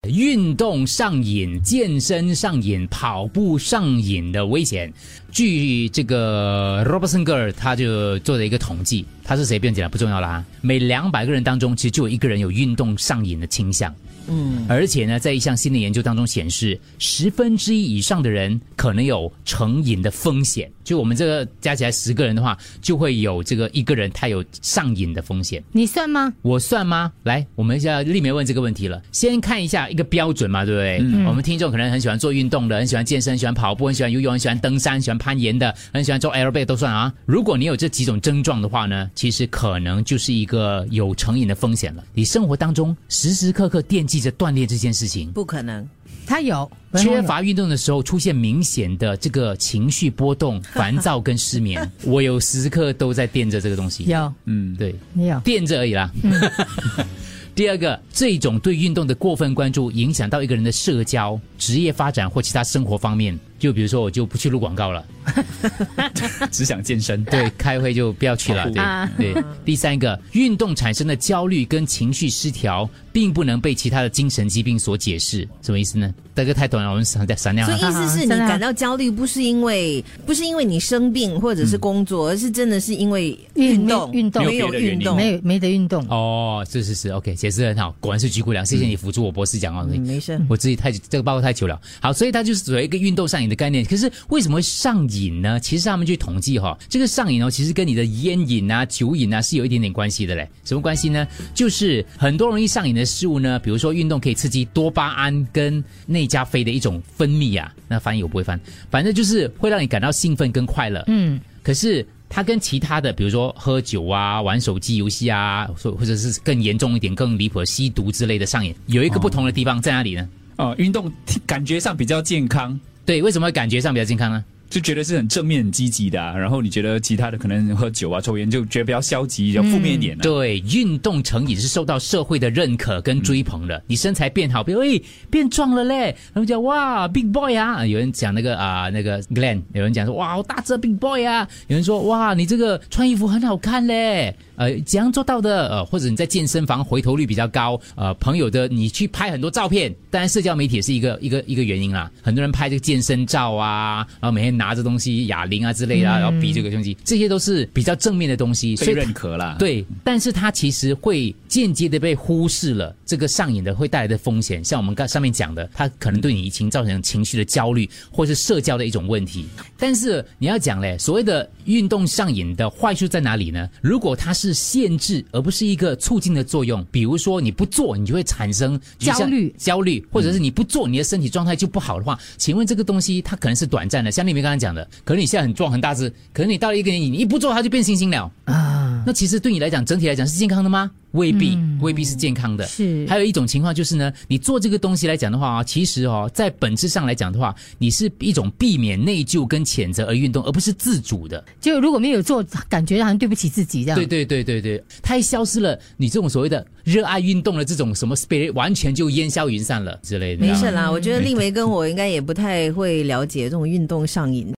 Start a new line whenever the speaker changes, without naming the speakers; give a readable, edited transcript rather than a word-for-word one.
运动上瘾、健身上瘾、跑步上瘾的危险。据这个 Robertson Girl 他就做了一个统计，他是谁不用讲了，不重要啦。每200个人当中，其实就有1个人有运动上瘾的倾向。而且呢，在一项新的研究当中显示，1/10以上的人可能有成瘾的风险。就我们这个加起来10个人的话，就会有这个1个人他有上瘾的风险。
你算吗？
我算吗？来，我们现在立梅问这个问题了。先看一下一个标准嘛，对不对？我们听众可能很喜欢做运动的，很喜欢健身，很喜欢跑步，很喜欢游泳，很喜欢登山，喜欢攀岩的，很喜欢做 aerobic 都算啊。如果你有这几种症状的话呢，其实可能就是一个有成瘾的风险了。你生活当中时时刻刻惦记着锻炼这件事情，
不可能。
他有
缺乏运动的时候出现明显的这个情绪波动、烦躁跟失眠。我有时时刻都在惦着这个东西。
有，
对，
你有
惦着而已啦。第二个，这种对运动的过分关注，影响到一个人的社交、职业发展或其他生活方面。就比如说，我就不去录广告了，
只想健身。
对，开会就不要去了。对。第三个，运动产生的焦虑跟情绪失调，并不能被其他的精神疾病所解释。什么意思呢？这个太短了，我们闪亮。
所以意思是你感到焦虑，不是因为你生病或者是工作，而是真的是因为运动没有运动，
没得运动。
哦，是 OK， 解释很好，果然是菊姑娘，谢谢你辅助我博士讲哦。
没事，
我自己这个报告太久了。好，所以它就是属于一个运动上瘾的概念。可是为什么会上瘾呢？其实他们去统计这个上瘾其实跟你的烟瘾啊、酒瘾啊是有一点点关系的嘞。什么关系呢？就是很多容易上瘾的事物呢，比如说运动可以刺激多巴胺跟内加菲的一种分泌啊，那翻译我不会翻，反正就是会让你感到兴奋跟快乐。可是它跟其他的，比如说喝酒啊、玩手机游戏啊，或者是更严重一点、更离谱的吸毒之类的上瘾，有一个不同的地方在哪里呢？
运动感觉上比较健康。
对，为什么会感觉上比较健康呢？
就觉得是很正面、很积极的然后你觉得其他的可能喝酒啊、抽烟就觉得比较消极、比较负面一点
对，运动成瘾是受到社会的认可跟追捧的。你身材变好，比如变壮了嘞，他们讲哇 Big Boy 啊，有人讲那个Glenn， 有人讲说哇好大只 Big Boy 啊，有人说哇你这个穿衣服很好看嘞。怎样做到的？或者你在健身房回头率比较高，朋友的你去拍很多照片，当然社交媒体也是一个原因啦。很多人拍这个健身照啊，然后每天拿着东西哑铃啊之类的，然后比这个东西，这些都是比较正面的东西，
被认可啦。
对，但是它其实会间接的被忽视了这个上瘾的会带来的风险，像我们刚上面讲的，它可能对你已经造成情绪的焦虑，或是社交的一种问题。但是你要讲嘞，所谓的运动上瘾的坏处在哪里呢？如果它是限制而不是一个促进的作用，比如说你不做你就会产生焦虑，或者是你不做你的身体状态就不好的话，请问这个东西它可能是短暂的，像你们刚才讲的，可能你现在很壮很大只，可能你到了一个年纪你一不做它就变猩猩了啊，那其实对你来讲整体来讲是健康的吗？未必是健康的。
是，
还有一种情况就是呢，你做这个东西来讲的话其实在本质上来讲的话，你是一种避免内疚跟谴责而运动，而不是自主的。
就如果没有做，感觉好像对不起自己这样。
对，它一消失了，你这种所谓的热爱运动的这种什么 spirit 完全就烟消云散了之类的。
没事啦，我觉得丽梅跟我应该也不太会了解这种运动上瘾。